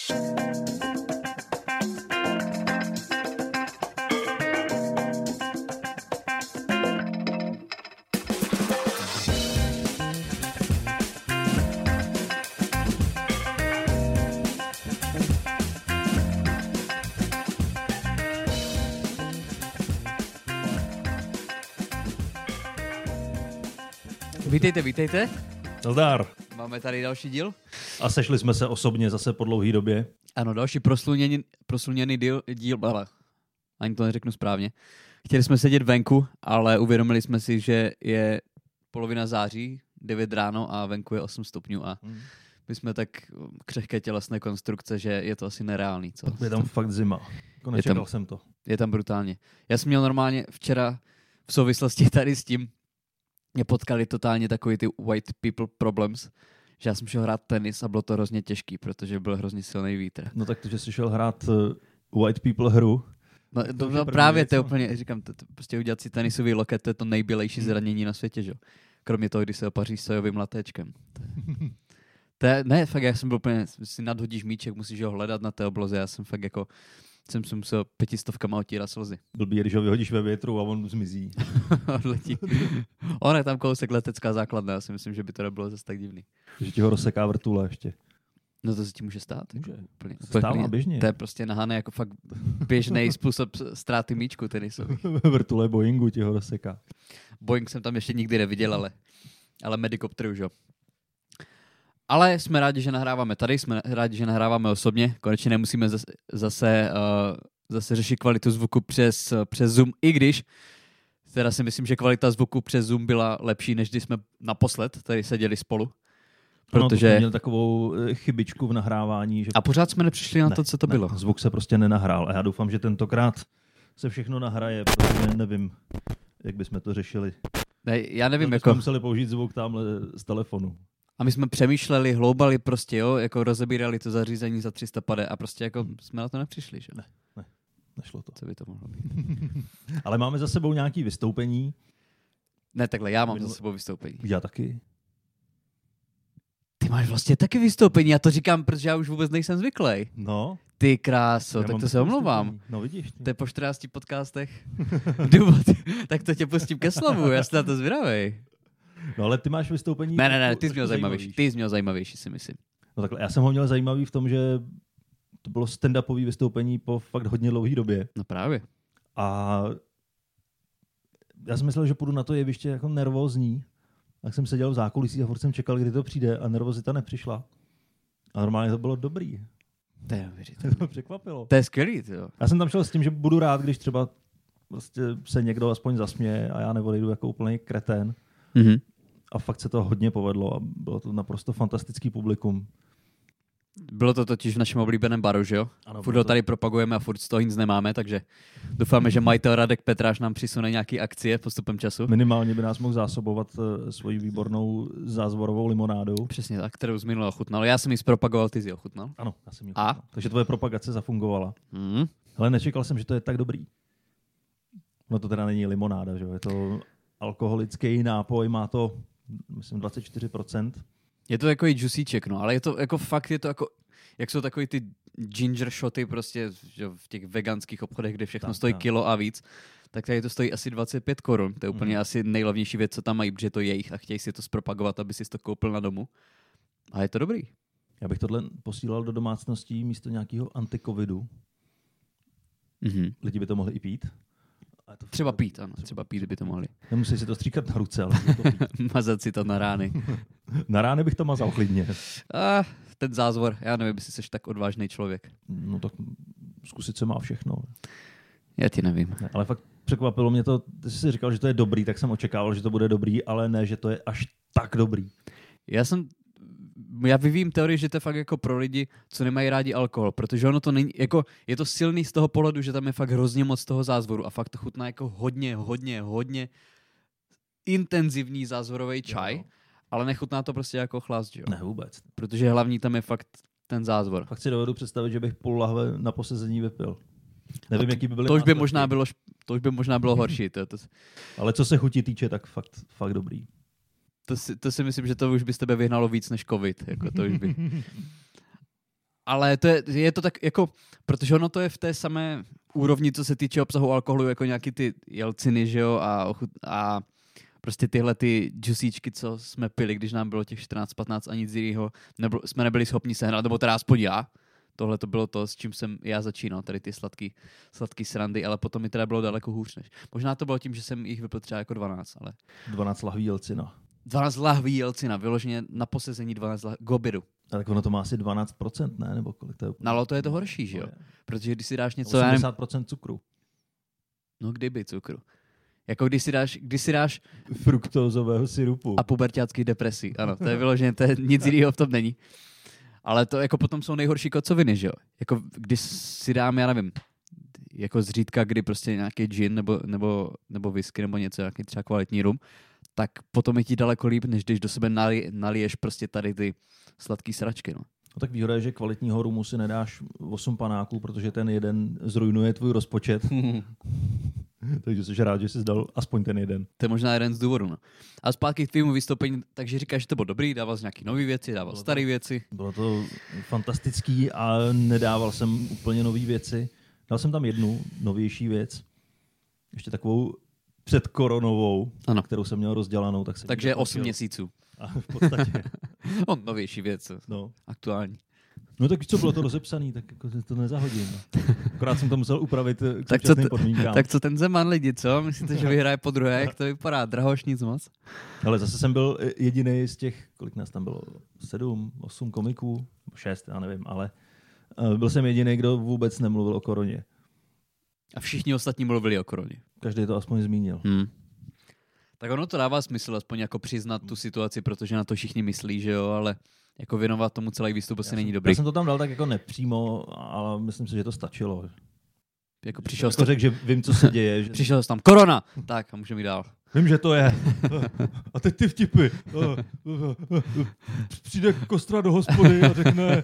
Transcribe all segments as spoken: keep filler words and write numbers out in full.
Vítejte, vítejte. Zdar. Máme tady další díl. A sešli jsme se osobně zase po dlouhé době. Ano, další prosluněný, prosluněný díl, díl, ale ani to neřeknu správně. Chtěli jsme sedět venku, ale uvědomili jsme si, že je polovina září, devět ráno a venku je osm stupňů a hmm. my jsme tak křehké tělesné konstrukce, že je to asi nereálný. Co? Je tam fakt zima. Jako nečekal tam, jsem to. Je tam brutálně. Já jsem měl normálně včera v souvislosti tady s tím, mě potkali totálně takový ty white people problems, že já jsem šel hrát tenis a bylo to hrozně těžký, protože byl hrozně silný vítr. No tak to, že jsi šel hrát uh, white people hru. No, to, to, no právě to je úplně, říkám, to, to, prostě udělat si tenisový loket, to je to nejbělejší zranění na světě, že? Kromě toho, když se opaří sojovým latéčkem. To je, to je, ne, fakt, já jsem byl úplně, si nadhodíš míček, musíš ho hledat na té obloze, já jsem fakt jako, jsem si musel pětistovkama otírat slzy. Blbý, když ho vyhodíš ve větru a on zmizí. Odletí. On je tam kousek letecká základna, já si myslím, že by to nebylo zase tak divný. Že ti ho rozseká vrtule ještě. No to se ti může stát. Může. Jako, úplně, Stává běžně. To je prostě nahané jako fakt běžný způsob ztráty míčku tenisový. Vrtule Boeingu ti ho rozseká. Boeing jsem tam ještě nikdy neviděl, ale, ale Medicopter už jo. Ale jsme rádi, že nahráváme tady, jsme rádi, že nahráváme osobně. Konečně nemusíme zase, zase, uh, zase řešit kvalitu zvuku přes, přes Zoom, i když teda si myslím, že kvalita zvuku přes Zoom byla lepší, než když jsme naposled tady seděli spolu. Protože... Ano, to měl takovou chybičku v nahrávání. Že... A pořád jsme nepřišli na ne, to, co to ne, bylo. Zvuk se prostě nenahrál a já doufám, že tentokrát se všechno nahraje, protože nevím, jak bychom to řešili. Ne, já nevím, no, jako... jsme museli použít zvuk tamhle z telefonu. A my jsme přemýšleli, hloubali prostě, jo, jako rozebírali to zařízení za tři sta padé a prostě jako jsme na to nepřišli, že? Ne, ne, nešlo to. Co by to mohlo být? Ale máme za sebou nějaké vystoupení. Ne, takhle, já mám Minul... za sebou vystoupení. Já taky. Ty máš vlastně taky vystoupení, já to říkám, protože já už vůbec nejsem zvyklý. No. Ty kráso, já tak to se omlouvám. Vystoupení. No vidíš. Ty. To je po čtrnácti podcastech. Důvod, tak to tě pustím ke slovu, já jsem na to zvědavej. No ale ty máš vystoupení... Ne, ne, ne, ty jsi měl zajímavější, ty jsi měl zajímavější, si myslím. No takhle, já jsem ho měl zajímavý v tom, že to bylo stand-upové vystoupení po fakt hodně dlouhé době. No právě. A já jsem myslel, že půjdu na to jeviště jako nervózní. Tak jsem seděl v zákulisí a furt jsem čekal, kdy to přijde a nervozita nepřišla. A normálně to bylo dobrý. To je neuvěřitelné. To překvapilo. To je skvělý, jo. Já jsem tam šel s tím, že budu rád, když třeba prostě se někdo aspoň zasměje a já neodejdu jako úplný kretén. Mhm. A fakt se to hodně povedlo a bylo to naprosto fantastický publikum. Bylo to totiž v našem oblíbeném baru, že jo? Ano, furt ho tady propagujeme a furt z toho nic nemáme, takže doufáme, že majitel Radek Petráš nám přisune nějaký akcie postupem času. Minimálně by nás mohl zásobovat uh, svojí výbornou zázvorovou limonádou. Přesně tak, kterou z minulého ochutnal. Já jsem ji zpropagoval, ty jsi ji ochutnal. Ano, já jsem ji ochutnal. A? Takže tvoje propagace zafungovala. Hmm. Ale nečekal jsem, že to je tak dobrý. No to teda není limonáda, že jo? Je to alkoholický nápoj, má to, myslím, dvacet čtyři procent. Je to takový juicíček, no, ale je to jako fakt, je to jako, jak jsou takový ty ginger shoty prostě že v těch veganských obchodech, kde všechno tak, stojí tak. kilo a víc, tak tady to stojí asi dvacet pět korun. To je úplně mm. asi nejlevnější věc, co tam mají, protože je to jejich a chtějí si to zpropagovat, aby si to koupil na domu. A je to dobrý. Já bych tohle posílal do domácností místo nějakého antikovidu. Mm-hmm. Lidi by to mohli i pít. To třeba pít, ano. Třeba pít by to mohli. Nemusí si to stříkat na ruce, ale to pít. Mazat si to na rány. Na rány bych to mazal klidně. A ten zázvor, já nevím, jestli jsi tak odvážný člověk. No tak zkusit se má všechno. Já ti nevím. Ne, ale fakt překvapilo mě to, ty jsi si říkal, že to je dobrý, tak jsem očekával, že to bude dobrý, ale ne, že to je až tak dobrý. Já jsem Já vyvím teorii, že to je fakt jako pro lidi, co nemají rádi alkohol, protože ono to není, jako je to silný z toho pohledu, že tam je fakt hrozně moc toho zázvoru a fakt to chutná jako hodně, hodně, hodně intenzivní zázvorový čaj, jo. Ale nechutná to prostě jako chlast, jo? Ne, vůbec. Protože hlavní tam je fakt ten zázvor. Fakt si dovedu představit, že bych půl lahve na posezení vypil. Nevím, to, jaký by byly to už by možná bylo, to už by možná bylo horší. To, to... Ale co se chutí týče, tak fakt, fakt dobrý. To si, to si myslím, že to už by z tebe vyhnalo víc než covid. Jako to už by... ale to je, je to tak jako, protože ono to je v té samé úrovni, co se týče obsahu alkoholu, jako nějaký ty jelciny, že jo, a, a prostě tyhle ty džusíčky, co jsme pili, když nám bylo těch čtrnáct patnáct a nic jiného, nebo jsme nebyli schopni sehnat, nebo teda aspoň já. Tohle to bylo to, s čím jsem já začínal, tady ty sladký, sladký srandy, ale potom mi teda bylo daleko hůř než. Možná to bylo tím, že jsem jich vypil třeba jako dvanáct, ale... dvanáct lahví jelcina. dvanáct lahví jelcina, vyloženě na posezení dvanáct lahví, k obědu. A tak ono to má asi dvanáct procent, ne? Nebo kolik to je? Na loto je to horší, že jo? Protože když si dáš něco... osmdesát procent cukru. No kdyby cukru. Jako když si dáš... Když si dáš fruktózového syrupu. A puberťácký depresí, ano. To je vyloženě, to je, nic jiného v tom není. Ale to jako potom jsou nejhorší kocoviny, že jo? Jako když si dám, já nevím, jako zřídka, kdy prostě nějaký gin nebo, nebo, nebo whisky nebo něco, nějaký třeba kvalitní rum, tak potom je ti daleko líp, než když do sebe nali, naliješ prostě tady ty sladký sračky, no. No tak výhoda je, že kvalitního rumu si nedáš osm panáků, protože ten jeden zrujnuje tvůj rozpočet. Takže jsi rád, že jsi dal aspoň ten jeden. To je možná jeden z důvodů. No. A zpátky k tvému vystoupení, takže říkáš, že to bylo dobrý, dával jsi nějaký nový věci, dával staré věci. Bylo to fantastický a nedával jsem úplně nový věci. Dal jsem tam jednu novější věc, ještě takovou předkoronovou, ano. Kterou jsem měl rozdělanou. Tak jsem takže osm měsíců. A v podstatě. No, novější věc, no. Aktuální. No tak co bylo to rozepsaný, tak jako to nezahodím. Akorát jsem to musel upravit k tak současným co podmínkám. Tak co ten Zeman lidi, co? Myslíte, že vyhraje po druhé? Jak to vypadá? Drahoš, nic moc? Ale zase jsem byl jediný z těch, kolik nás tam bylo? Sedm, osm komiků? Šest, já nevím, ale byl jsem jediný, kdo vůbec nemluvil o koroně. A všichni ostatní mluvili o koroně. Každý to aspoň zmínil. Hmm. Tak ono to dává smysl aspoň jako přiznat tu situaci, protože na to všichni myslí, že jo, ale jako věnovat tomu celý výstup asi není dobrý. Já jsem to tam dal tak jako nepřímo, ale myslím si, že to stačilo. Jako přišel jako řekl, že vím, co se děje. Že... Přišel jsi tam korona! Tak a můžeme jít dál. Vím, že to je. A teď ty vtipy. Přijde Kostra do hospody a řekne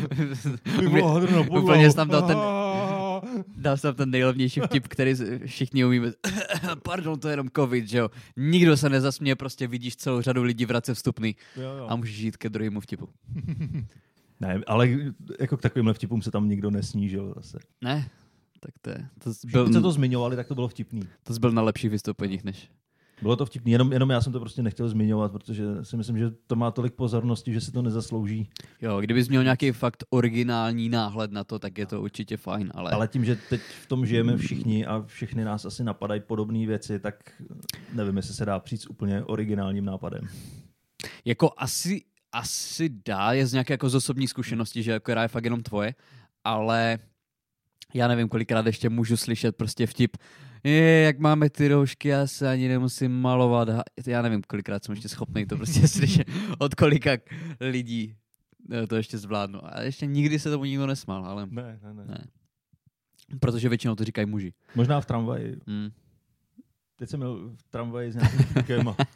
úplně jsi tam dal ten, dal jsem ten nejlevnější vtip, který všichni umíme. Pardon, to je jenom covid, že jo. Nikdo se nezasměje, prostě vidíš celou řadu lidí v radce vstupný jo, jo. A můžeš jít ke druhému vtipu. Ne, ale jako k takovýmhle vtipům se tam nikdo nesnížil zase. Ne, tak to je. To byl, Všichni, co to zmiňovali, tak to bylo vtipný. To jsi byl na lepších vystoupeních než... Bylo to vtipný, jenom, jenom já jsem to prostě nechtěl zmiňovat, protože si myslím, že to má tolik pozornosti, že si to nezaslouží. Jo, kdybys měl nějaký fakt originální náhled na to, tak je to určitě fajn, ale... Ale tím, že teď v tom žijeme všichni a všechny nás asi napadají podobné věci, tak nevím, jestli se dá přijít s úplně originálním nápadem. Jako asi, asi dá, je z nějaké jako z osobní zkušenosti, že jako je fakt jenom tvoje, ale já nevím, kolikrát ještě můžu slyšet prostě vtip, je, jak máme ty roušky, já se ani nemusím malovat. Já nevím, kolikrát jsem ještě schopný to prostě slyšet, od kolika lidí to ještě zvládnu. A ještě nikdy se tomu nikdo nesmál, ale... Ne, ne, ne. ne. Protože většinou to říkají muži. Možná v tramvaji. Hmm. Teď jsem měl v tramvaji s nějakým týkem a...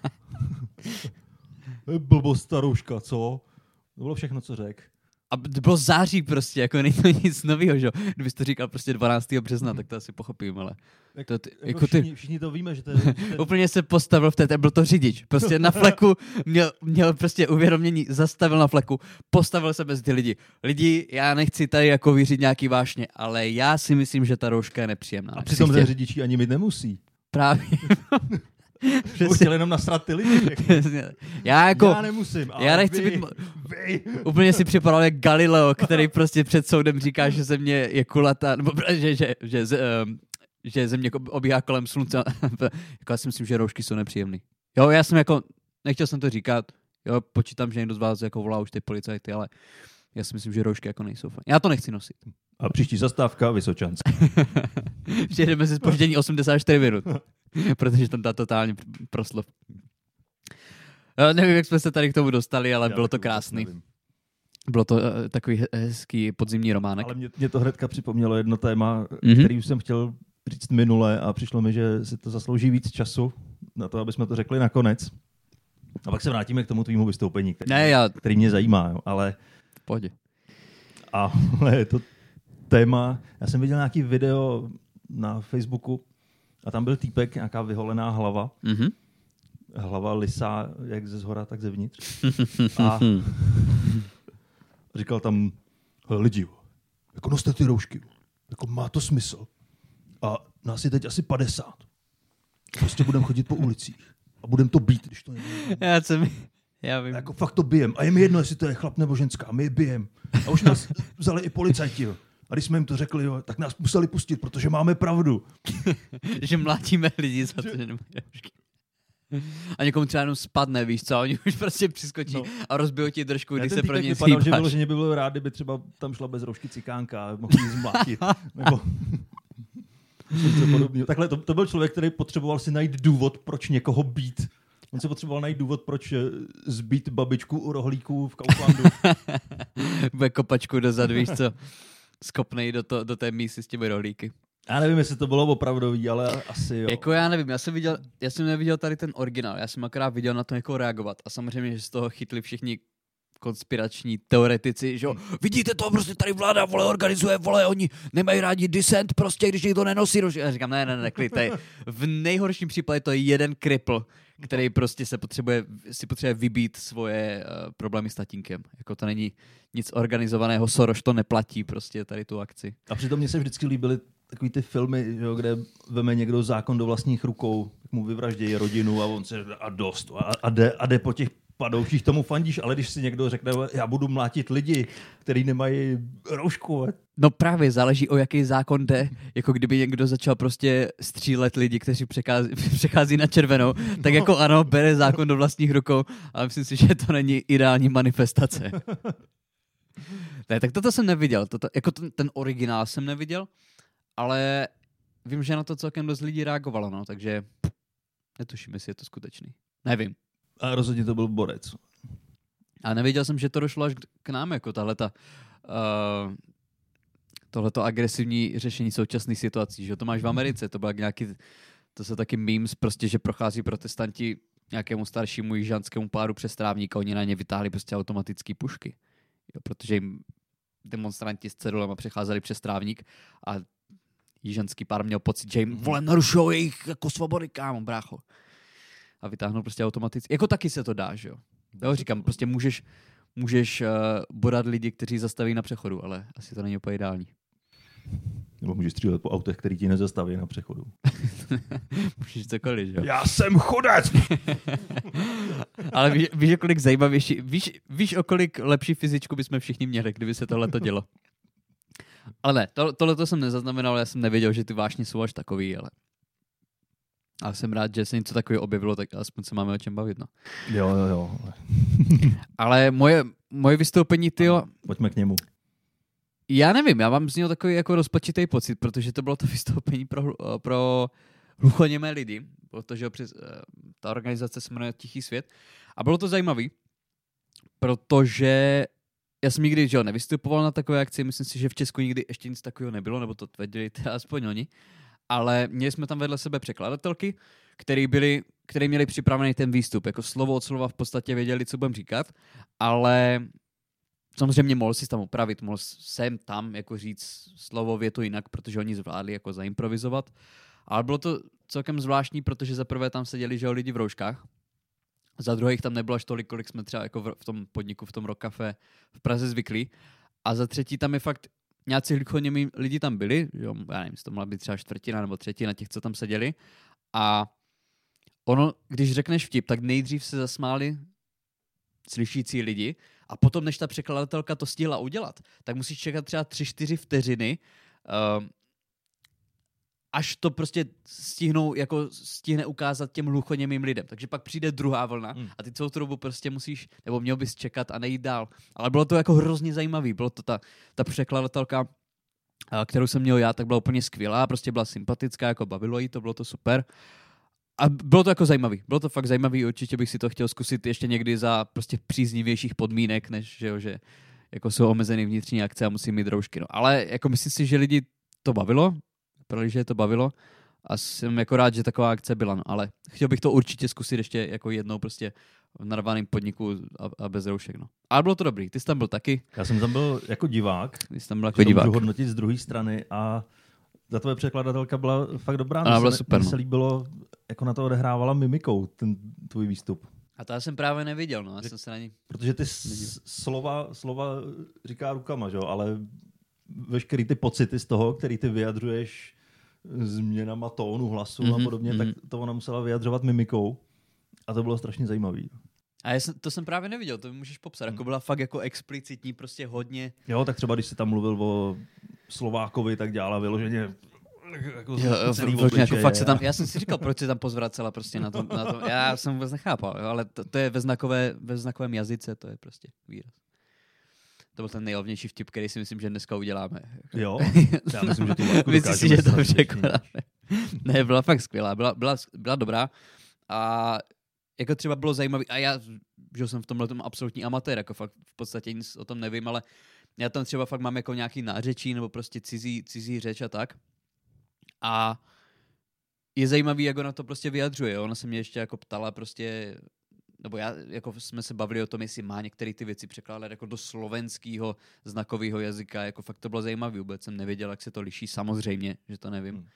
Blbost ta rouška, co? To bylo všechno, co řekl. A to bylo září prostě, jako není to nic nového, že jo. Kdybys to říkal prostě dvanáctého března, tak to asi pochopím, ale... Jak, to ty, jako všichni, ty... všichni to víme, že to je... Že to je... Úplně se postavil v té, byl to řidič. Prostě na fleku měl, měl prostě uvědomění, zastavil na fleku, postavil se mezi ty lidi. Lidi, já nechci tady jako vyřídit nějaký vášně, ale já si myslím, že ta rouška je nepříjemná. A přitom ten řidiči ani mít nemusí. Právě... Přesně. Chtěl jenom nasrat ty lidi. Já jako... Já nemusím, ale já nechci vy, být... vy. Úplně si připadal jak Galileo, který prostě před soudem říká, že země je kulatá, nebo že, že, že, že, že země obíhá kolem slunce. Jako já si myslím, že roušky jsou nepříjemný. Jo, já jsem jako... Nechtěl jsem to říkat. Jo, počítám, že někdo z vás jako volá už ty policajty, ale já si myslím, že roušky jako nejsou fajn. Já to nechci nosit. A příští zastávka Vysočansk. Že jdeme ze zpoždění osmdesát čtyři minut. Protože tam ta totální proslov. No, nevím, jak jsme se tady k tomu dostali, ale já bylo to krásný. Bylo to uh, takový hezký podzimní románek. Ale mě, mě to hnedka připomnělo jedno téma, mm-hmm. který už jsem chtěl říct minule a přišlo mi, že si to zaslouží víc času na to, aby jsme to řekli nakonec. A pak se vrátíme k tomu tvýmu vystoupení, který, ne, já... který mě zajímá. Jo, ale... V pohodě. Ale je to téma... Já jsem viděl nějaký video na Facebooku a tam byl týpek, nějaká vyholená hlava. Mm-hmm. Hlava lisá, jak ze zhora, tak zevnitř. A říkal tam, lidi, jako noste ty roušky, jako má to smysl. A nás je teď asi padesát. Prostě budeme chodit po ulicích a budeme to být, když to nebude. Já jsem... Já vím. A jako fakt to bijem. A je mi jedno, jestli to je chlap nebo ženská. My je bijem. A už nás vzali i policajti. Jo. A když jsme jim to řekli, jo, tak nás museli pustit, protože máme pravdu. Že mlátíme lidi za to, že nemají roušky. A někomu třeba jenom spadne, víš co, a oni už prostě přiskočí no. a rozbijou ti držku, když se pro ně zhýbáš. Že vyloženě by bylo rád, kdyby třeba tam šla bez roušky cikánka a mohl jí zmlátit. Nebo... Takhle to, to byl člověk, který potřeboval si najít důvod, proč někoho být. On se potřeboval najít důvod, proč zbít babičku u rohlíků v Kauflandu. Bude kopačku dozad, víš co, skopnej do, to, do té mísy s těmi rohlíky. Já nevím, jestli to bylo opravdový, ale asi jo. Jako já nevím, já jsem, viděl, já jsem neviděl tady ten originál, já jsem akorát viděl na to jako reagovat a samozřejmě, že z toho chytli všichni konspirační teoretici, že jo, vidíte to, prostě tady vláda, vole, organizuje, vole, oni nemají rádi dissent, prostě, když někdo nenosí rož... Já říkám, ne, ne, ne, klidej. V nejhorším případě to je jeden kripl, který prostě se potřebuje, si potřebuje vybít svoje uh, problémy s tatínkem. Jako to není nic organizovaného, Soros to neplatí prostě tady tu akci. A přitom mně se vždycky líbily takový ty filmy, jo, kde veme někdo zákon do vlastních rukou, mu vyvraždějí rodinu a on se a dost a, a, jde, a jde po těch padouších, tomu fandíš, ale když si někdo řekne, já budu mlátit lidi, kteří nemají roušku. No právě, záleží o jaký zákon jde. Jako kdyby někdo začal prostě střílet lidi, kteří přechází, přechází na červenou, tak jako ano, bere zákon do vlastních rukou, ale myslím si, že to není ideální manifestace. Ne, tak toto jsem neviděl. Toto, jako ten, ten originál jsem neviděl, ale vím, že na to celkem dost lidí reagovalo, no, takže netuším, jestli je to skutečný. Nevím. A rozhodně to byl borec. A nevěděl jsem, že to došlo až k nám, jako tahleta, uh, tohleto agresivní řešení současných situací, že to máš v Americe, to byl nějaký, to jsou taky memes, prostě, že prochází protestanti nějakému staršímu jižanskému páru přes trávníka, oni na ně vytáhli prostě automatické pušky, jo, protože jim demonstranti s cedulema přecházeli přes trávník a jižanský pár měl pocit, že jim vole narušují jejich jako svobody, kámo, brácho. A vytáhnout prostě automaticky. Jako taky se to dá, že jo? Jo, říkám, prostě můžeš, můžeš uh, bodat lidi, kteří zastaví na přechodu, ale asi to není úplně ideální. Nebo můžeš střílet po autech, který ti nezastaví na přechodu. Můžeš cokoliv, že jo? Já jsem chodec! Ale víš, víš, o kolik zajímavější, víš, víš, o kolik lepší fyzičku bychom všichni měli, kdyby se tohleto dělo. Ale ne, to, tohleto jsem nezaznamenal, já jsem nevěděl, že ty vášně jsou až takový, ale... A jsem rád, že se něco takového objevilo, tak aspoň se máme o čem bavit, no. Jo, jo, jo. Ale moje, moje vystoupení, tyjo... Pojďme k němu. Já nevím, já mám z něho takový jako rozpačitý pocit, protože to bylo to vystoupení pro, pro hluchoněmé lidi, protože přes, ta organizace se jmenuje Tichý svět. A bylo to zajímavý, protože já jsem nikdy, že jo, nevystupoval na takové akci, myslím si, že v Česku nikdy ještě nic takového nebylo, nebo to tvrdili teda aspoň oni. Ale měli jsme tam vedle sebe překladatelky, který byli, který měli připravený ten výstup. Jako slovo od slova v podstatě věděli, co budeme říkat, ale samozřejmě mohl si tam opravit, mohl sem tam jako říct slovo větu jinak, protože oni zvládli jako zaimprovizovat. Ale bylo to celkem zvláštní, protože za prvé tam seděli, že jo, lidi v rouškách. Za druhé jich tam nebylo až tolik, kolik jsme třeba jako v tom podniku, v tom Rock Café v Praze zvyklí. A za třetí tam je fakt nějací hluchoněmí lidi tam byli, jo, já nevím, to mohla být třeba čtvrtina nebo třetina těch, co tam seděli. A ono, když řekneš vtip, tak nejdřív se zasmáli slyšící lidi a potom, než ta překladatelka to stihla udělat, tak musíš čekat třeba tři, čtyři vteřiny, uh, až to prostě stihnou, jako stihne ukázat těm hluchoněmým lidem. Takže pak přijde druhá vlna hmm. a ty celou tu dobu prostě musíš, nebo měl bys čekat a nejít dál. Ale bylo to jako hrozně zajímavý. Bylo to ta, ta překladatelka, kterou jsem měl já, tak byla úplně skvělá, prostě byla sympatická, jako bavilo jí to, bylo to super. A bylo to jako zajímavý. Bylo to fakt zajímavý, určitě bych si to chtěl zkusit ještě někdy za prostě příznivějších podmínek, než že, jo, že jako jsou omezený vnitřní akce a musí mít roušky. No. Ale jako myslím si, že lidi to bavilo, protože je to bavilo a jsem jako rád, že taková akce byla, no. Ale chtěl bych to určitě zkusit ještě jako jednou prostě v narvaném podniku a, a bez roušek. No. Ale bylo to dobrý, ty jsi tam byl taky. Já jsem tam byl jako divák, ty jsi tam byl jako divák. Můžu hodnotit z druhé strany a ta tvoje překladatelka byla fakt dobrá. Ona byla super. Mně se líbilo, jako na to odehrávala mimikou ten tvůj výstup. A to já jsem právě neviděl, no, já jsem se na ní... Protože ty slova, slova říká rukama, že? Ale veškerý ty pocity z toho, který ty vyjadřuješ změnama tónu hlasu mm-hmm, a podobně, mm-hmm. tak to ona musela vyjadřovat mimikou a to bylo strašně zajímavý. A já jsem, to jsem právě neviděl, to mi můžeš popsat, mm. jako byla fakt jako explicitní, prostě hodně... Jo, tak třeba když jsi tam mluvil o Slovákovi, tak dělala vyloženě jako jo, celý obličej, jako fakt se tam, já jsem si říkal, proč se tam pozvracela prostě na to, na to. Já jsem vůbec nechápal, jo, ale to, to je ve, znakové, ve znakovém jazyce, to je prostě výraz. To byl ten nejlevnější vtip, který si myslím, že dneska uděláme. Jo, já myslím, že to myslím si, že to překonáme. Ne, byla fakt skvělá, byla, byla, byla dobrá a jako třeba bylo zajímavé, a já, že jsem v tomhle tom absolutní amatér, jako fakt v podstatě nic o tom nevím, ale já tam třeba fakt mám jako nějaký nářečí nebo prostě cizí, cizí řeč a tak. A je zajímavý, jak ona to prostě vyjadřuje. Ona se mě ještě jako ptala prostě, nebo já, jako jsme se bavili o tom, jestli má některé ty věci překládat jako do slovenského znakového jazyka. Jako fakt to bylo zajímavé, vůbec jsem nevěděl, jak se to liší. Samozřejmě, že to nevím. Hmm.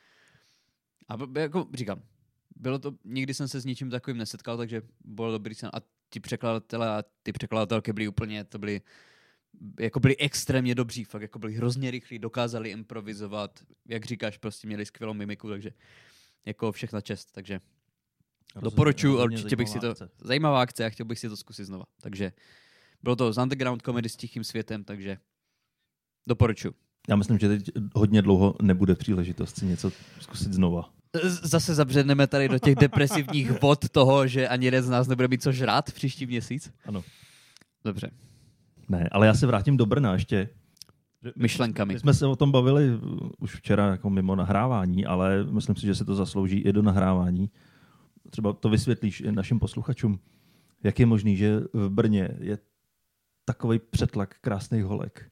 A jako říkám, bylo to, nikdy jsem se s ničím takovým nesetkal, takže bylo dobrý. A ti překladatelé a ty překladatelky byly úplně, to byly jako byli extrémně dobří, fakt jako byli hrozně rychlí, dokázali improvizovat, jak říkáš, prostě měli skvělou mimiku, takže jako všechna čest, takže rozumím, doporučuji, ale určitě bych si to, akce. zajímavá akce a chtěl bych si to zkusit znova, takže bylo to z underground comedy s tichým světem, takže doporučuji. Já myslím, že teď hodně dlouho nebude příležitost si něco zkusit znova. Zase zabředneme tady do těch depresivních vod toho, že ani jeden z nás nebude mít co žrát v příští měsíc. Ano. Dobře. Ne, ale já se vrátím do Brna ještě. Myšlenkami. My jsme se o tom bavili už včera jako mimo nahrávání, ale myslím si, že se to zaslouží i do nahrávání. Třeba to vysvětlíš i našim posluchačům. Jak je možný, že v Brně je takovej přetlak krásných holek?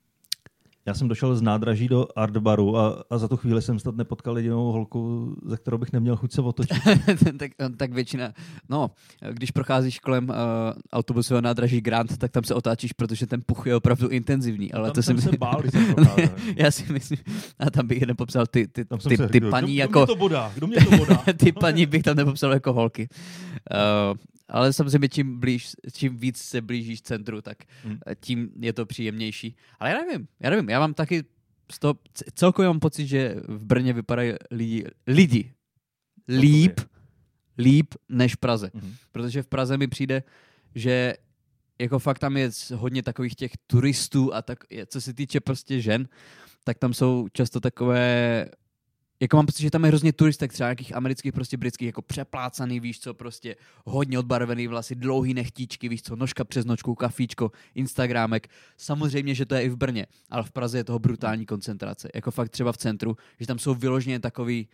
Já jsem došel z nádraží do Art Baru a, a za tu chvíli jsem snad nepotkal jedinou holku, za kterou bych neměl chuť se otočit. tak, tak většina, no, když procházíš kolem uh, autobusového nádraží Grand, tak tam se otáčíš, protože ten puch je opravdu intenzivní. Ale tam to jsem si se bál, když jsem procházel. Já si myslím, a tam bych nepopsal ty, ty, ty, ty, se, ty kdo, paní kdo, jako... Kdo mě to bodá? Kdo mě to bodá? Ty paní bych tam nepopsal jako holky. Uh, ale samozřejmě čím, blíž, čím víc se blížíš centru, tak hmm. tím je to příjemnější. Ale já nevím, já nevím, já mám taky z toho, celkově mám pocit, že v Brně vypadají lidi, lidi líp, líp než v Praze. Hmm. Protože v Praze mi přijde, že jako fakt tam je hodně takových těch turistů a tak, co se týče prostě žen, tak tam jsou často takové... Jako mám pocit, že tam je hrozně turistek, třeba nějakých amerických, prostě britských, jako přeplácaný, víš co, prostě hodně odbarvený vlasy, dlouhý nechtíčky, víš co, nožka přes nožku, kafíčko, instagramek. Samozřejmě, že to je i v Brně, ale v Praze je toho brutální koncentrace. Jako fakt třeba v centru, že tam jsou vyloženě takový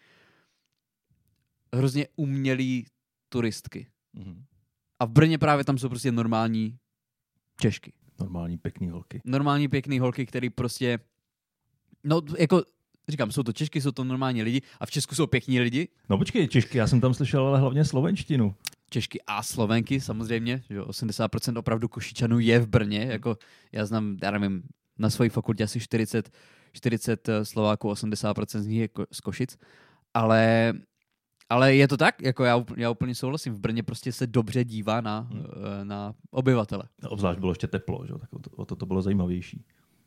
hrozně umělý turistky. Mm-hmm. A v Brně právě tam jsou prostě normální Češky. Normální pěkný holky. Normální pěkný holky, který prostě, no jako... Říkám, jsou to Češky, jsou to normální lidi a v Česku jsou pěkní lidi. No počkej, Češky, já jsem tam slyšel ale hlavně slovenštinu. Češky a Slovenky samozřejmě, že osmdesát procent opravdu Košičanů je v Brně, jako já znám, já nevím, na své fakultě asi čtyřicet, čtyřicet Slováků, osmdesát procent z nich je z Košic, ale, ale je to tak, jako já, já úplně souhlasím, v Brně prostě se dobře dívá na, hmm. na obyvatele. Obzvlášť bylo ještě teplo, že? Tak o to, o to to bylo zajímavější.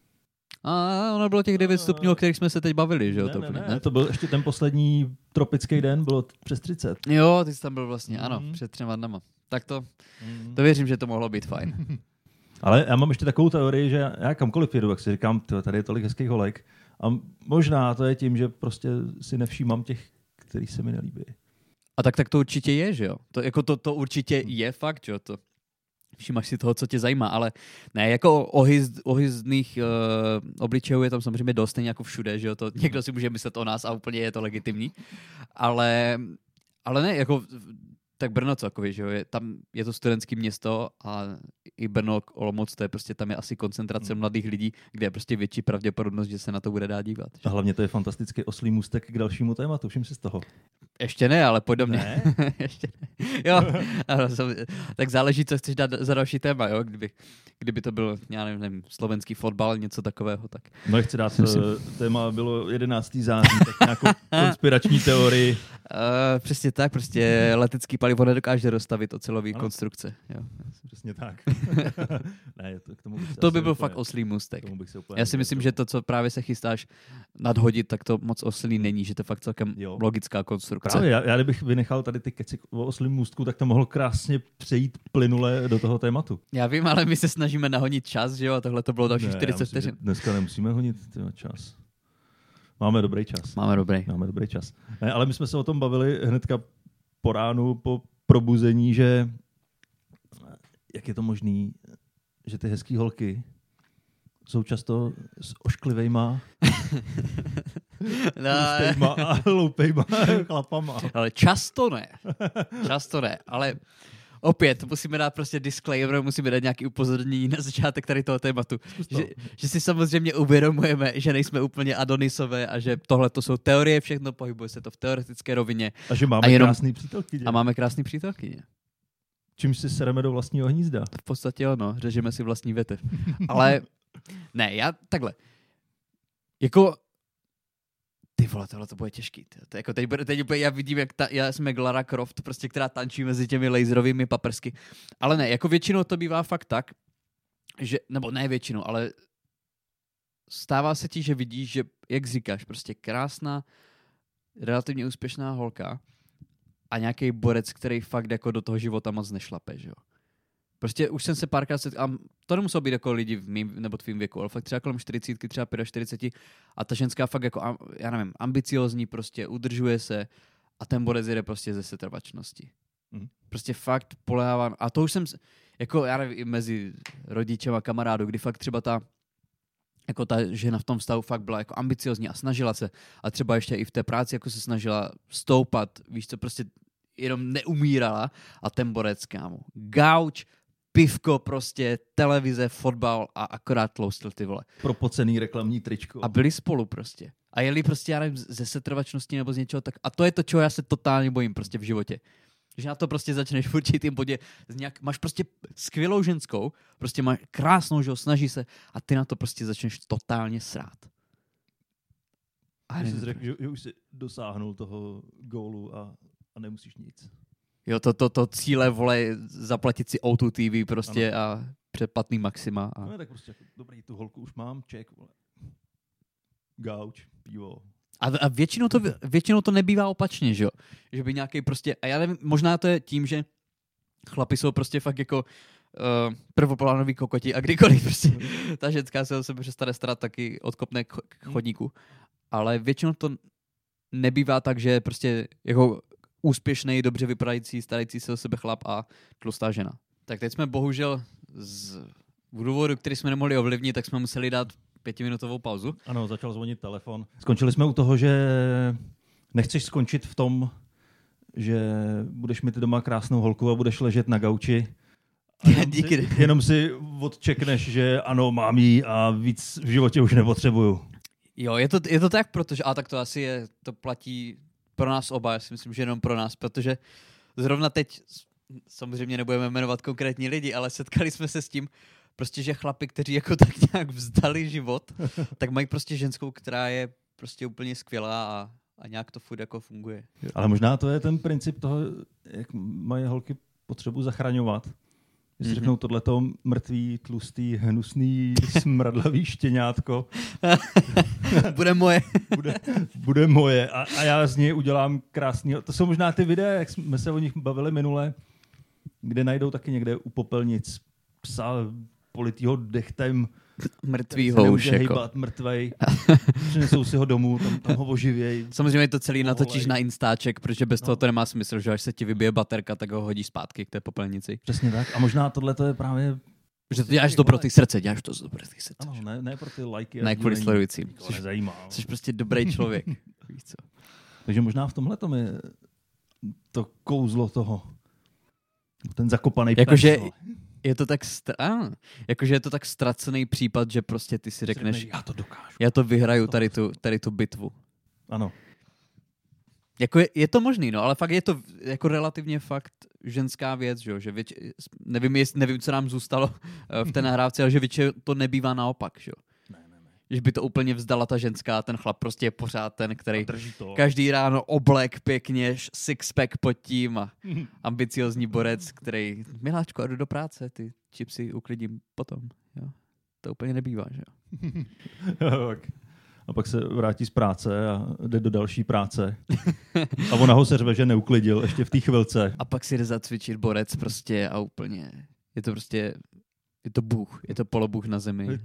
A ono bylo těch devět stupňů, o kterých jsme se teď bavili, že jo? Ne, to, ne, ne, ne, to byl ještě ten poslední tropický den, bylo přes třicet. Jo, ty jsi tam byl vlastně, ano, mm. před třema dnama. Tak to, mm. to věřím, že to mohlo být fajn. Ale já mám ještě takovou teorii, že já kamkoliv jedu, jak si říkám, tady je tolik hezkých holek a možná to je tím, že prostě si nevšímám těch, který se mi nelíbí. A tak, tak to určitě je, že jo? To, jako to, to určitě je fakt, že jo? To... Všimáš si toho, co tě zajímá, ale ne, jako ohyz, ohyzných uh, obličejů je tam samozřejmě dost, stejně jako všude, že jo, to někdo si může myslet o nás a úplně je to legitimní, ale, ale ne, jako, tak Brno celkově, že jo, je, tam je to studentské město a i Brno, Olomouc, to je prostě, tam je asi koncentrace hmm. mladých lidí, kde je prostě větší pravděpodobnost, že se na to bude dát dívat. A hlavně to je fantastický oslý můstek k dalšímu tématu, všim si z toho. Ještě ne, ale pojď do mě. Ne? Ještě ne. Jo, tak záleží, co chceš dát za další téma, jo, kdyby, kdyby to byl, já nevím, nevím, slovenský fotbal, něco takového, tak. No, chci dát, Myslím. téma bylo jedenáctého září, tak nějakou konspirační teorii. Uh, přesně tak, prostě letecký palivo nedokáže rozstavit ocelové konstrukce. Jo. Přesně tak. ne, to, k tomu to by byl úplně, fakt oslý můstek. Já si myslím, že to, co právě se chystáš nadhodit, tak to moc oslý není, že to je fakt celkem jo. logická konstrukce. Právě, já, já kdybych vynechal tady ty keci o oslým můstku, tak to mohlo krásně přejít plynule do toho tématu. Já vím, ale my se snažíme nahonit čas, že jo, a tohle to bylo další čtyřicet vteřin. Dneska nemusíme honit tyjo, čas. Máme dobrý čas. Máme dobrý. Máme dobrý čas. Ne, ale my jsme se o tom bavili hnedka po ránu, po probuzení, že jak je to možný, že ty hezký holky jsou často s ošklivejma, no, a hloupejma chlapama. Ale často ne. Často ne, ale opět musíme dát prostě disclaimer, musíme dát nějaký upozornění na začátek tady toho tématu. Že, že si samozřejmě uvědomujeme, že nejsme úplně Adonisové a že tohle to jsou teorie, všechno pohybuje se to v teoretické rovině. A že máme a jenom, krásný přítelkyně. A máme krásný přítelkyně. Čímž si sereme do vlastního hnízda. V podstatě ono, řežeme si vlastní větev. Ale ne, já takhle. Jako ty vole, tohle to bude těžký. To jako teď, teď úplně já vidím, jak ta, já jsem jak Lara Croft, prostě, která tančí mezi těmi laserovými paprsky. Ale ne, jako většinou to bývá fakt tak, že, nebo ne většinou, ale stává se ti, že vidíš, že, jak říkáš, prostě krásná, relativně úspěšná holka a nějaký borec, který fakt jako do toho života moc nešlape, že jo. Prostě už jsem se párkrát setkal, a to nemuselo být jako lidi v mým nebo tvým věku, ale fakt třeba kolem čtyřicítky, třeba čtyřicet pět a ta ženská fakt jako, já nevím, ambiciozní, prostě udržuje se a ten borec jde prostě ze setrvačnosti. Mm. Prostě fakt polehává, a to už jsem, jako já nevím, mezi rodičem a kamarádů, kdy fakt třeba ta, jako ta žena v tom vztahu fakt byla jako ambiciozní a snažila se a třeba ještě i v té práci jako se snažila stoupat, víš co, prostě jenom neumírala a ten borec, kámo, gauč, pivko, prostě televize, fotbal a akorát tloustil, ty vole. Propocený reklamní tričko. A byli spolu prostě. A jeli prostě, já nevím, ze setrvačnosti nebo z něčeho tak. A to je to, čeho já se totálně bojím prostě v životě. Že na to prostě začneš v určitým bodě, nějak, máš prostě skvělou ženskou, prostě máš krásnou, že ho snaží se a ty na to prostě začneš totálně srát. A jsi řekl, že, že už jsi dosáhnul toho gólu a, a nemusíš nic. Jo, to, to, to cíle, vole, zaplatit si O dva T V prostě ano. A předplatný maxima. A... No tak prostě, dobrý, tu holku už mám, ček, vole. Gauč, pivo. A, a většinou, to, většinou to nebývá opačně, že jo? Že by nějaký prostě, a já nevím, možná to je tím, že chlapi jsou prostě fakt jako uh, prvoplánový kokoti a kdykoliv prostě ta ženská se o sebe přestane starat, taky odkopne k, k chodníku. Ale většinou to nebývá tak, že prostě jako úspěšný, dobře vypadající, starající se o sebe chlap a tlustá žena. Tak teď jsme bohužel z důvodu, který jsme nemohli ovlivnit, tak jsme museli dát pětiminutovou pauzu. Ano, začal zvonit telefon. Skončili jsme u toho, že nechceš skončit v tom, že budeš mít doma krásnou holku a budeš ležet na gauči. A jenom, Díky. Si, jenom si odčekneš, že ano, mám jí a víc v životě už nepotřebuju. Jo, je to, je to tak, protože, a tak to asi je, to platí pro nás oba, já si myslím, že jenom pro nás, protože zrovna teď, samozřejmě nebudeme jmenovat konkrétní lidi, ale setkali jsme se s tím, prostě, že chlapi, kteří jako tak nějak vzdali život, tak mají prostě ženskou, která je prostě úplně skvělá a, a nějak to furt jako funguje. Ale možná to je ten princip toho, jak mají holky potřebu zachraňovat. Když mm-hmm. řeknou tohleto mrtvý, tlustý, hnusný, smradlavý štěňátko. Bude moje. bude, bude moje a, a já z něj udělám krásný. To jsou možná ty videa, jak jsme se o nich bavili minule, kde najdou taky někde u popelnic psa politýho dechtem. Mrtvýho už jako. Hejbat, mrtvej. Přinesou si ho domů, tam, tam ho oživěj. Samozřejmě to celý natočíš na Instaček, protože bez no. toho to nemá smysl, že až se ti vybije baterka, tak ho hodíš zpátky k té popelnici. Přesně tak. A možná tohle to je právě... Že to děláš to pro ty srdce, děláš to pro ty srdce. Ano, ne, ne pro ty lajky. Ne kvůli sledujícím. Jsi, jsi prostě dobrý člověk. Víš co? Takže možná v tomhle tom je to kouzlo toho. Ten zakopaný jakože je to tak stra... jakože je to tak ztracený případ, že prostě ty si řekneš, já to dokážu. Já to vyhraju tady tu, tady tu bitvu. Ano. Jako je, je to možný, no, ale fakt je to jako relativně fakt ženská věc, že, že věč, nevím, jest, nevím, co nám zůstalo v té nahrávce, ale že většinou to nebývá naopak, že? Ne, ne, ne. že by to úplně vzdala ta ženská, ten chlap prostě je pořád ten, který každý ráno oblek pěkně, six-pack pod tím a ambiciozní borec, který, miláčku, a jdu do práce, ty čipsy uklidím potom. Jo. To úplně nebývá, že jo. A pak se vrátí z práce a jde do další práce. A ona ho se řve, že neuklidil ještě v té chvilce. A pak si jde zacvičit borec prostě a úplně, je to prostě, je to bůh, je to polobůh na zemi.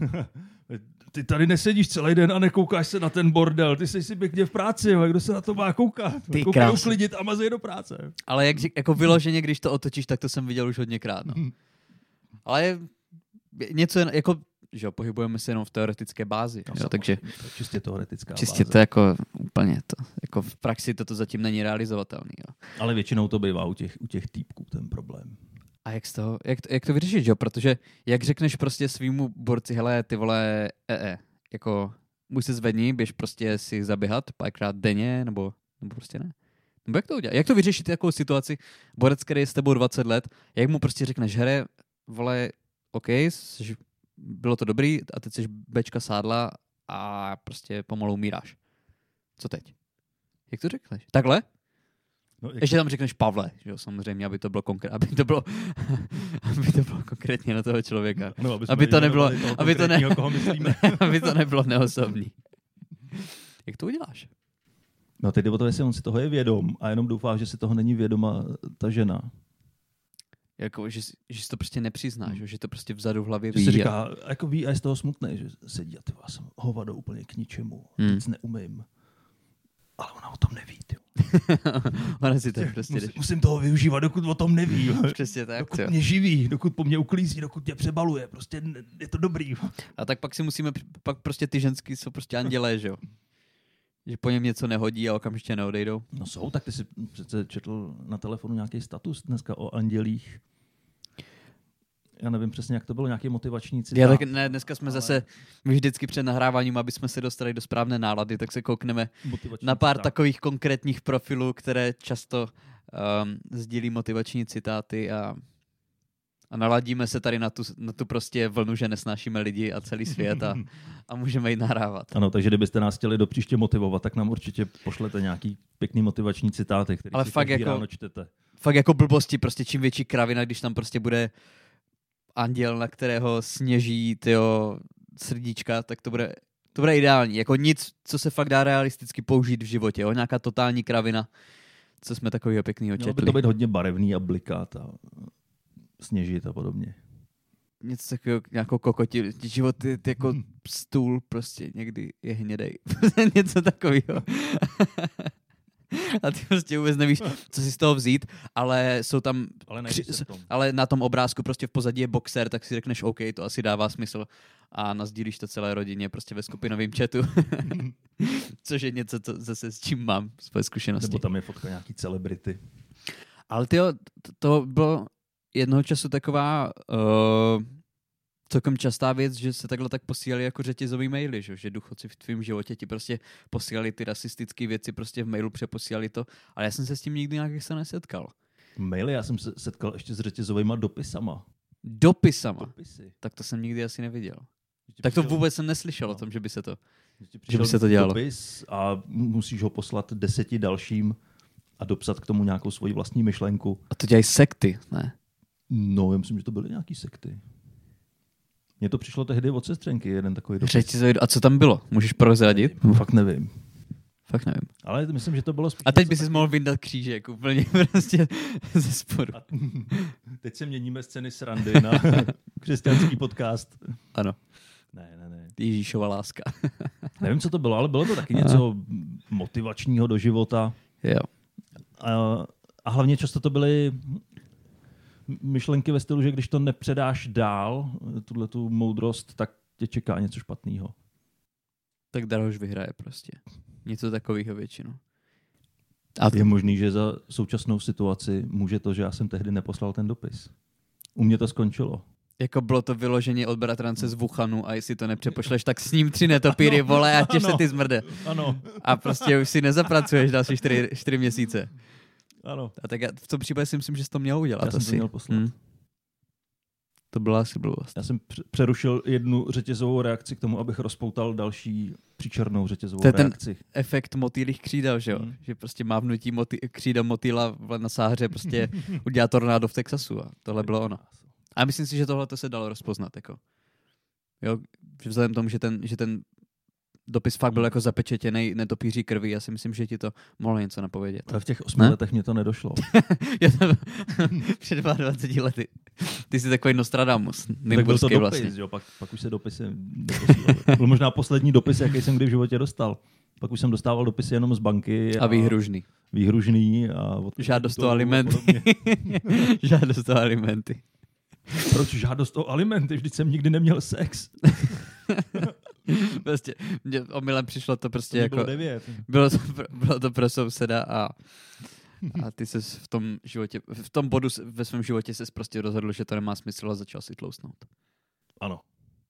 Ty tady nesedíš celý den a nekoukáš se na ten bordel. Ty jsi si pěkně v práci, jo. Kdo se na to má koukat? Ty Koukej uklidit a mazej do práce. Ale jak, jako vyloženě, když to otočíš, tak to jsem viděl už hodněkrát. No. Ale něco jako, že jo, pohybujeme se jenom v teoretické bázi. No, jo, takže čistě teoretická čistě báze. to jako úplně to. Jako v praxi toto zatím není realizovatelný. Jo. Ale většinou to bývá u těch, u těch týpků ten problém. A jak, z toho, jak, to, jak to vyřešit, jo? Protože jak řekneš prostě svýmu borci, hele, ty vole, e, e, jako můj se zvedni, běž prostě si zaběhat párkrát denně, nebo, nebo prostě ne. Nebo jak to udělat? Jak to vyřešit takovou situaci, borec, který je s tebou dvacet let, jak mu prostě řekneš, hele, vole, OK, bylo to dobrý a teď jsi bečka sádla a prostě pomalu umíráš. Co teď? Jak to řekneš? Takhle? No, jak... Ještě tam řekneš Pavle, že jo, samozřejmě, aby to bylo konkrétně, aby to bylo, aby to bylo konkrétně na toho člověka. No, aby, aby to nebylo, aby to, ne... koho myslíme. aby to nebylo neosobní. Jak to uděláš? No teď jde o to, jestli on si toho je vědom a jenom doufá, že si toho není vědoma ta žena. Jako, že, že si to prostě nepřiznáš, hmm. že to prostě vzadu v hlavě že ví. Že si říká, a... jako ví a je z toho smutný, že sedí a ty vás hovado úplně k ničemu, hmm. nic neumím. Ale ona o tom neví, ty. Ona si to prostě musím, musím toho využívat, dokud o tom neví. Přesně tak. Dokud jo. mě živí, dokud po mně uklízí, dokud mě přebaluje. Prostě je to dobrý. A tak pak si musíme, pak prostě ty ženský jsou prostě andělé, že jo? Že po něm něco nehodí a okamžitě neodejdou. No jsou, tak ty jsi přece četl na telefonu nějaký status dneska o andělích. Já nevím přesně, jak to bylo, nějaký motivační citát. Já tak ne, dneska jsme ale... zase, my vždycky před nahráváním, aby jsme se dostali do správné nálady, tak se koukneme motivační na pár citát. Takových konkrétních profilů, které často um, sdílí motivační citáty a, a naladíme se tady na tu, na tu prostě vlnu, že nesnášíme lidi a celý svět a, a můžeme jít nahrávat. Ano, takže kdybyste nás chtěli do příště motivovat, tak nám určitě pošlete nějaký pěkný motivační citáty, který ale si fakt jako, ráno čtete. Fakt jako blbosti, prostě čím větší kravina, když tam prostě bude anděl, na kterého sněží tyjo, srdíčka, tak to bude, to bude ideální. Jako nic, co se fakt dá realisticky použít v životě. Jo? Nějaká totální kravina, co jsme takovýho pěknýho četli. Mělo by to být hodně barevný a blikat a sněžit a podobně. Něco takového, nějakou kokoti. Život je jako hmm. stůl, prostě někdy je hnědej. Něco takového. A ty prostě vůbec nevíš, co si z toho vzít, ale jsou tam, ale, kři, ale na tom obrázku prostě v pozadí je boxer, tak si řekneš OK, to asi dává smysl a nazdílíš to celé rodině prostě ve skupinovém chatu. Což je něco, co zase s čím mám svoje zkušenosti. Nebo tam je fotka nějaký celebrity. Ale tyjo, to, to bylo jednoho času taková uh, celkem častá věc, že se takhle tak posílali jako řetězový maily, že, že důchodci v tvém životě ti prostě posílali ty rasistické věci, prostě v mailu přeposílali to, ale já jsem se s tím nikdy nějak se nesetkal. Maily, já jsem se setkal ještě s řetězovýma dopisama. Dopisama? Dopisy. Tak to jsem nikdy asi neviděl. Tak to vůbec jsem neslyšel no. o tom, že by se to, že by se to dělalo. Dopis a musíš ho poslat deseti dalším a dopsat k tomu nějakou svoji vlastní myšlenku. A to dělají sekty, ne? No, já myslím, že to byly nějaký sekty. Mně to přišlo tehdy od sestřenky, jeden takový dopis. Řetězový, a co tam bylo? Můžeš prozradit? Nevím, fakt nevím. Fakt nevím. Ale myslím, že to bylo spíš... A teď by si mohl vyndat křížek úplně prostě ze spodu. A teď se měníme scény srandy na křesťanský podcast. Ano. Ne, ne, ne. Ježíšova láska. Nevím, co to bylo, ale bylo to taky něco motivačního do života. Jo. A, a hlavně často to byly myšlenky ve stylu, že když to nepředáš dál, tuhletu moudrost, tak tě čeká něco špatného. Tak Drahoš vyhraje prostě. Něco takového většinou. A je možný, že za současnou situaci může to, že já jsem tehdy neposlal ten dopis. U mě to skončilo. Jako bylo to vyloženě od bratrance z Wuhanu a jestli to nepřepošleš, tak s ním tři netopíry, vole, a těž se ty zmrde. Ano. A prostě už si nezapracuješ další čtyři, čtyři měsíce. Ano. A tak já v tom případě si myslím, že jsi to měl udělat. Já jsem asi. to měl poslat. Hmm. To byla asi blbost. Já jsem přerušil jednu řetězovou reakci k tomu, abych rozpoutal další příčernou řetězovou to je reakci. Ten efekt motýlých křídel, že jo? Hmm. Že prostě mávnutí motý, křídel motýla na sáhře prostě udělá tornádo v Texasu a tohle bylo ono. A myslím si, že tohle to se dalo rozpoznat. Jako. Jo, vzhledem k tomu, že ten, že ten dopis fakt byl jako zapečetěnej netopíří krví, já si myslím, že ti to mohlo něco napovědět. Ale v těch osmi ne? letech mě to nedošlo. Já tam před dvaceti dvěma lety. Ty jsi takový Nostradamus. Tak byl to dopis, vlastně. Jo, pak, pak už se dopisy doposílal. Byl možná poslední dopis, jaký jsem kdy v životě dostal. Pak už jsem dostával dopisy jenom z banky. A, a výhružný. Výhružný. A žádost o alimenty. Žádost o alimenty. Proč žádost o alimenty? Vždyť jsem nikdy neměl sex. Prostě, mě omylem přišlo to prostě to jako... Bylo devět. Bylo to, bylo to pro souseda a, a ty ses v tom životě, v tom bodu ve svém životě ses prostě rozhodl, že to nemá smysl a začal si tlousnout. Ano.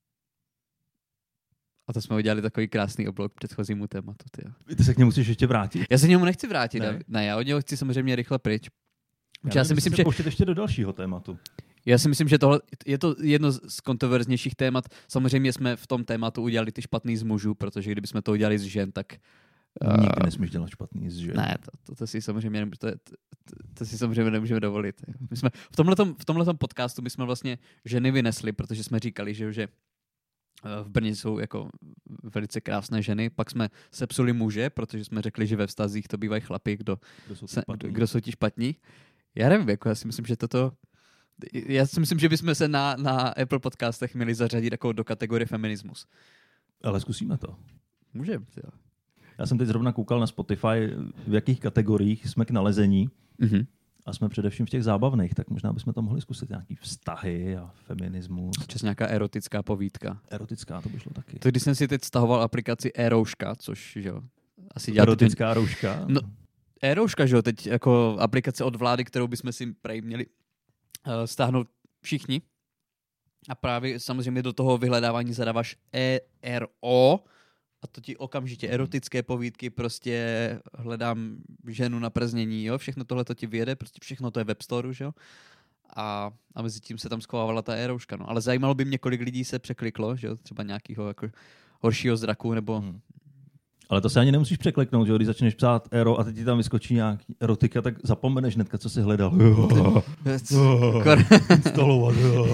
A to jsme udělali takový krásný oblok k předchozímu tématu. Ty, ty se k němu musíš ještě vrátit? Já se k němu nechci vrátit. Ne, ne já od něho chci samozřejmě rychle pryč. Já, já si myslím, že... pouštět ještě do dalšího tématu. Já si myslím, že tohle je to jedno z kontroverznějších témat. Samozřejmě jsme v tom tématu udělali ty špatný z mužů, protože kdybychom to udělali z žen, tak... Uh, Nikdy nesmíš dělat špatný z žen. Ne, to, to, to, si, samozřejmě, to, to, to si samozřejmě nemůžeme dovolit. My jsme v tomhletom, v tomhletom podcastu my jsme vlastně ženy vynesli, protože jsme říkali, že, že v Brně jsou jako velice krásné ženy. Pak jsme sepsuli muže, protože jsme řekli, že ve vztazích to bývají chlapi, kdo, kdo, jsou, se, kdo, kdo jsou ti špatní. Já nevím, jako já si myslím, že toto... Já si myslím, že bychom se na, na Apple podcastech měli zařadit jako do kategorie feminismus. Ale zkusíme to. Můžeme. Já jsem teď zrovna koukal na Spotify, v jakých kategoriích jsme k nalezení. Mm-hmm. A jsme především v těch zábavných, tak možná bychom to mohli zkusit. Nějaký vztahy a feminismus. Čas nějaká erotická povídka. Erotická, to by šlo taky. To když jsem si teď stahoval aplikaci e-rouška, což jo, asi dělá... Erotická ten... rouška? No, e-rouška, že jo, teď jako aplikace od vlády, kterou bychom si prej měli uh, stáhnout všichni. A právě samozřejmě do toho vyhledávání zadáváš E R O a to ti okamžitě erotické povídky, prostě hledám ženu na prznění, jo, všechno tohle to ti vyjede, prostě všechno to je web store, že jo. A, a mezi tím se tam schovávala ta e-rouška, no. Ale zajímalo by mě, kolik lidí se překliklo, že jo, třeba nějakého jako horšího zraku, nebo... Hmm. Ale to se ani nemusíš překliknout, že jo, když začneš psát ero a teď ti tam vyskočí nějaký erotika, tak zapomeneš hnedka, co jsi hledal. Instalovat.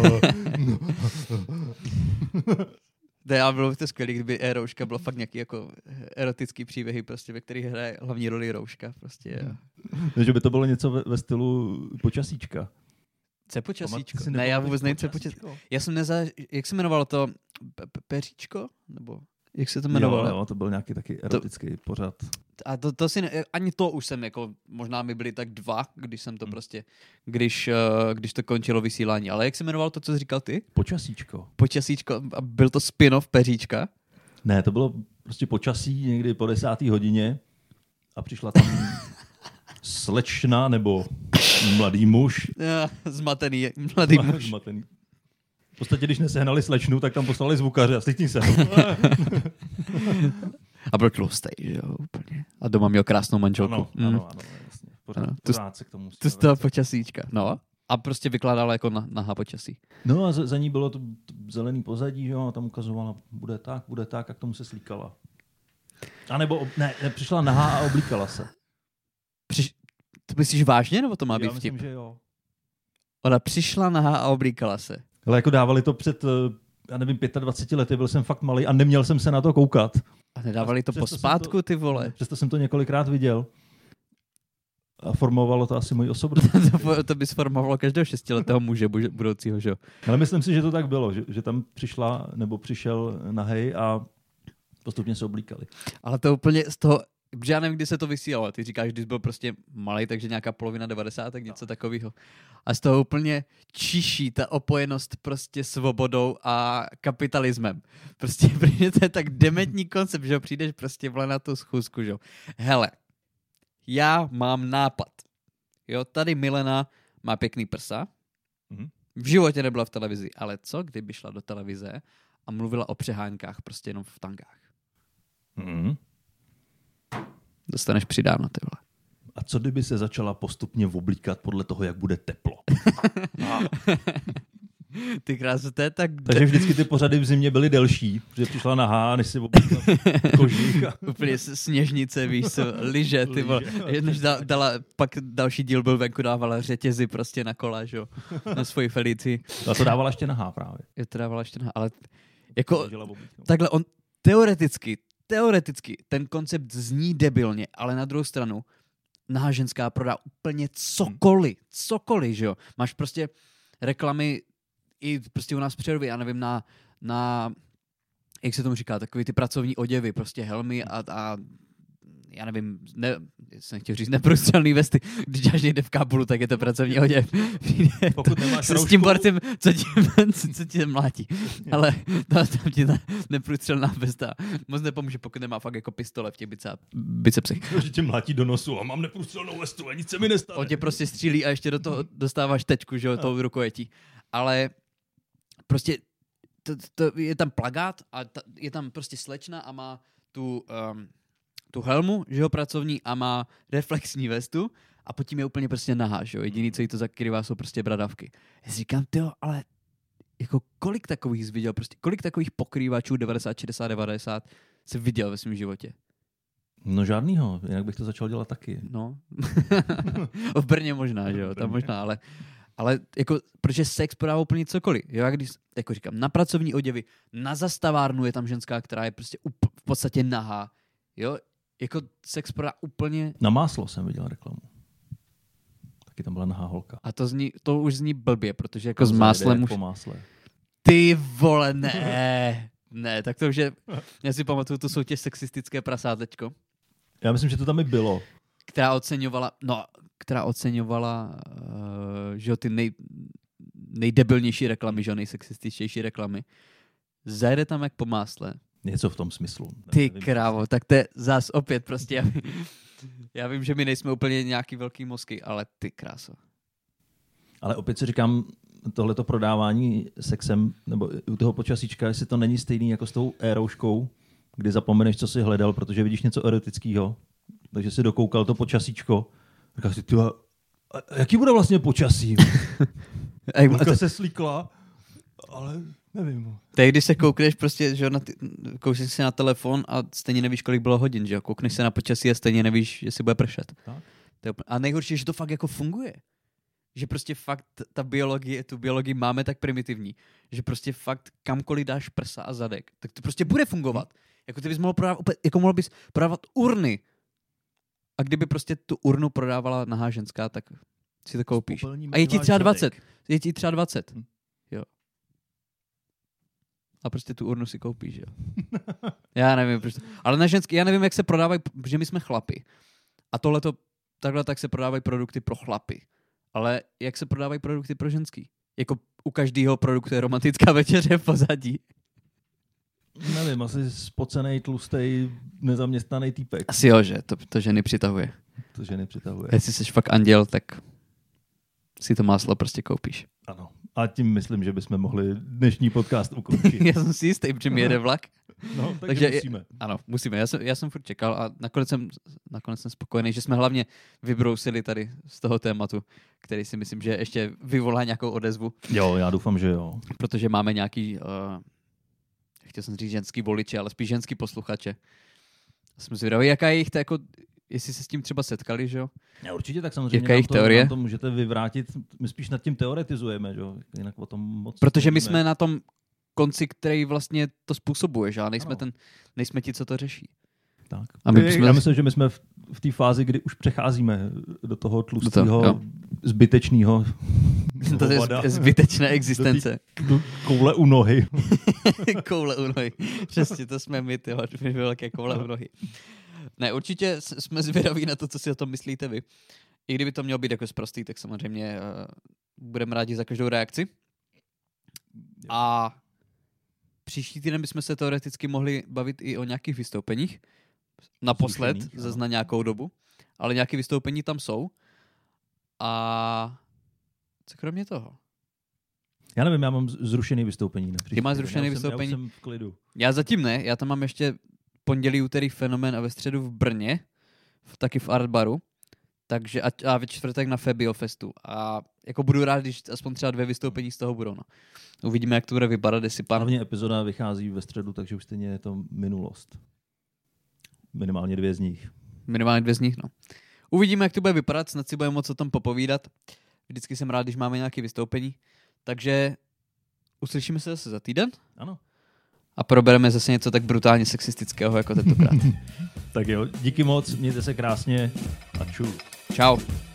Ne, ale bylo by to skvělé, kdyby e-rouška bylo fakt nějaký jako erotický příběhy, prostě, ve kterých hraje hlavní roli rouška. Prostě. Takže by to bylo něco ve, ve stylu počasíčka. Co je počasíčko? Ne, já vůbec nevím, co je počasíčko. Já jsem neza... Jak se jmenovalo to? Peříčko? Nebo jak se to jmenovalo? Jo, jo, to byl nějaký taky erotický to... pořad. A to, to si ne... ani to už jsem jako, možná mi byly tak dva, když jsem to hmm. prostě, když, uh, když to končilo vysílání. Ale jak se jmenovalo to, co jsi říkal ty? Počasíčko. Počasíčko. A byl to spin-off Peříčka? Ne, to bylo prostě počasí někdy po desáté hodině a přišla tam slečna nebo mladý muž. Ja, zmatený mladý muž. Zmatený. V podstatě, když nesehnali slečnu, tak tam poslali zvukaře a stejně se. A byl tlustej, že jo, úplně. A doma měl krásnou manželku. Ano, mm. ano, ano, jasně. Pořád, ano, pořád se k tomu musíme. To z toho počasíčka, no. A prostě vykládala jako na, nahá počasí. No a za, za ní bylo to, to zelený pozadí, že jo, a tam ukazovala, bude tak, bude tak, a k tomu se slíkala. A nebo, ne, ne přišla nahá a oblíkala se. Přiš, to myslíš vážně, nebo to má být já vtip? myslím, že jo. Ona přišla nahá a oblíkala se. Ale jako dávali to před, já nevím, dvaceti pěti lety, byl jsem fakt malý a neměl jsem se na to koukat. A nedávali to pospátku, ty vole? Přesto jsem to několikrát viděl. A formovalo to asi moji osobnost. to, to by sformovalo každého šestiletého muže budoucího, že jo? Ale myslím si, že to tak bylo, že, že tam přišla nebo přišel nahej a postupně se oblíkali. Ale to úplně z toho, protože já nevím, kdy se to vysílalo. Ty říkáš, když byl prostě malý, takže nějaká polovina devadesátek, něco no. takového. A z toho úplně čiší ta opojenost prostě svobodou a kapitalismem. Prostě protože to je tak dementní koncept, že přijdeš prostě vle na tu schůzku, že jo. Hele, já mám nápad. Jo, tady Milena má pěkný prsa. Mm-hmm. V životě nebyla v televizi, ale co, kdyby šla do televize a mluvila o přeháňkách prostě jenom v tankách? Mm-hmm. Dostaneš přidáno, ty vole. A co kdyby se začala postupně oblíkat podle toho, jak bude teplo? Ty krásu, to je tak... Takže vždycky ty pořady v zimě byly delší, protože přišla nahá, než si oblíkla kožík. A... Úplně sněžnice, víš co, liže, ty vole. Než da, dala, pak další díl byl venku, dávala řetězy prostě na kola, že jo, na svoji Felici. A to dávala ještě nahá právě. Je to dávala ještě nahá, ale jako takhle on teoreticky, teoreticky ten koncept zní debilně, ale na druhou stranu nahá ženská prodá úplně cokoliv, cokoliv, že jo. Máš prostě reklamy i prostě u nás v Přerově, já nevím, na, na, jak se tomu říká, takový ty pracovní oděvy, prostě helmy a, a já nevím, ne, jsem chtěl říct neprůstřelný vesty, když děláš někde v Kábulu, tak je to pracovní oděv. Pokud nemáš s tím borcem, co ti, co ti mlátí. Ale tam, tam ti ta neprůstřelná vesta moc nepomůže, pokud nemá fakt jako pistole v těch bicepsech. Že tě mlátí do nosu a mám neprůstřelnou vestu a nic se mi nestane. On tě prostě střílí a ještě do toho dostáváš tečku, že jo, tou rukojetí. Ale prostě to, to je tam plakát a ta, je tam prostě slečna a má tu... Um, tu helmu, že jo, pracovní a má reflexní vestu a pod tím je úplně prostě nahá, že jo. Jediný, co jí to zakrývá, jsou prostě bradavky. Já si říkám, tyjo, ale jako kolik takových jsi viděl, prostě kolik takových pokrývačů devadesát, šedesát, devadesát jsi viděl ve svém životě? No žádnýho, jinak bych to začal dělat taky. No. V Brně možná, že jo, tam možná, ale ale jako, protože sex prodává úplně cokoliv. Jo, jak když, jako říkám, na pracovní oděvy, na zastavárnu je tam ženská, která je prostě up, v podstatě nahá. Jo, jako sex prodá úplně... Na máslo jsem viděl reklamu. Taky tam byla nahá holka. A to, zní, to už zní blbě, protože jako s máslem už... Po másle. Ty vole, ne. Ne, tak to už je... Já si pamatuju tu soutěž sexistické prasátečko. Já myslím, že to tam i bylo. Která oceňovala... No, která oceňovala uh, že ty nej, nejdebilnější reklamy, že nejsexističtější reklamy. Zajde tam jak po másle. Něco v tom smyslu. Ty krávo, tak to je zás opět prostě. Já, já vím, že my nejsme úplně nějaký velký mozky, ale ty kráso. Ale opět si říkám, tohleto prodávání sexem, nebo u toho počasíčka, jestli to není stejný jako s tou érouškou, kdy zapomeneš, co jsi hledal, protože vidíš něco erotického, takže si dokoukal to počasíčko. Říkáš si, ty, jaký bude vlastně počasí? Holka se slíkla, ale... Nevím. Tak když se koukneš prostě, že na ty, koukneš se na telefon a stejně nevíš, kolik bylo hodin, že jo? Koukneš se na počasí a stejně nevíš, jestli bude pršet. Tak? A nejhorší je, že to fakt jako funguje. Že prostě fakt ta biologie, tu biologii máme tak primitivní, že prostě fakt kamkoliv dáš prsa a zadek, tak to prostě bude fungovat. Hmm. Jako ty bys mohl prodávat, jako mohl bys prodávat urny. A kdyby prostě tu urnu prodávala nahá ženská, tak si to koupíš. A je ti třeba dvacet. Je ti třeba dvacet. Hmm. Jo. A prostě tu urnu si koupíš, jo. Já nevím, prostě. Ale na ženský, já nevím, jak se prodávají, protože my jsme chlapi. A tohleto, takhle tak se prodávají produkty pro chlapy. Ale jak se prodávají produkty pro ženský? Jako u každého produktu je romantická večeře v pozadí. Nevím, asi spocenej, tlustej, nezaměstnaný týpek. Asi jo, že to, to ženy přitahuje. To ženy přitahuje. Jestli jsi fakt anděl, tak si to máslo prostě koupíš. Ano. A tím myslím, že bychom mohli dnešní podcast ukončit. Já jsem si jistý, protože mi jede vlak. No, takže, takže musíme. Je, ano, musíme. Já jsem, já jsem furt čekal a nakonec jsem, nakonec jsem spokojený, že jsme hlavně vybrousili tady z toho tématu, který si myslím, že ještě vyvolá nějakou odezvu. Jo, já doufám, že jo. Protože máme nějaký, uh, chtěl jsem říct ženský voliče, ale spíš ženský posluchače. Jsem zvědavý, jaká je jejich, jako, jestli se s tím třeba setkali, že jo? Já určitě, tak samozřejmě. Jaká jejich teorie? Na to můžete vyvrátit, my spíš nad tím teoretizujeme, že jo? Jinak o tom moc... Protože my jsme na tom konci, který vlastně to způsobuje, že? A nejsme, ten, nejsme ti, co to řeší. Tak. A my jsme... Já myslím, že my jsme v, v té fázi, kdy už přecházíme do toho tlustého, zbytečného to je zbytečné existence. Do, do koule u nohy. Koule u nohy. Přesně, to jsme my, tyho, my velké koule u nohy. Ne, určitě jsme zvědaví na to, co si o tom myslíte vy. I kdyby to mělo být jako zprostý, tak samozřejmě uh, budeme rádi za každou reakci. A příští týden bychom se teoreticky mohli bavit i o nějakých vystoupeních. Naposled, zase na nějakou dobu. Ale nějaké vystoupení tam jsou. A co kromě toho? Já nevím, já mám zrušený vystoupení. Na Ty máš zrušený já vystoupení? Já jsem v klidu. Já zatím ne, já tam mám ještě pondělí, úterý Fenomén a ve středu v Brně, v, taky v Art Baru. Takže a, a ve čtvrtek na Febiofestu. A jako budu rád, když aspoň třeba dvě vystoupení z toho budou. No. Uvidíme, jak to bude vypadat, jestli pan... Hlavně epizoda vychází ve středu, takže už stejně je to minulost. Minimálně dvě z nich. Minimálně dvě z nich, no. Uvidíme, jak to bude vypadat, snad si budeme moc o tom popovídat. Vždycky jsem rád, když máme nějaké vystoupení. Takže uslyšíme se zase za týden. Ano. A probereme zase něco tak brutálně sexistického jako tentokrát. Tak jo, díky moc, mějte se krásně a čau. Čau.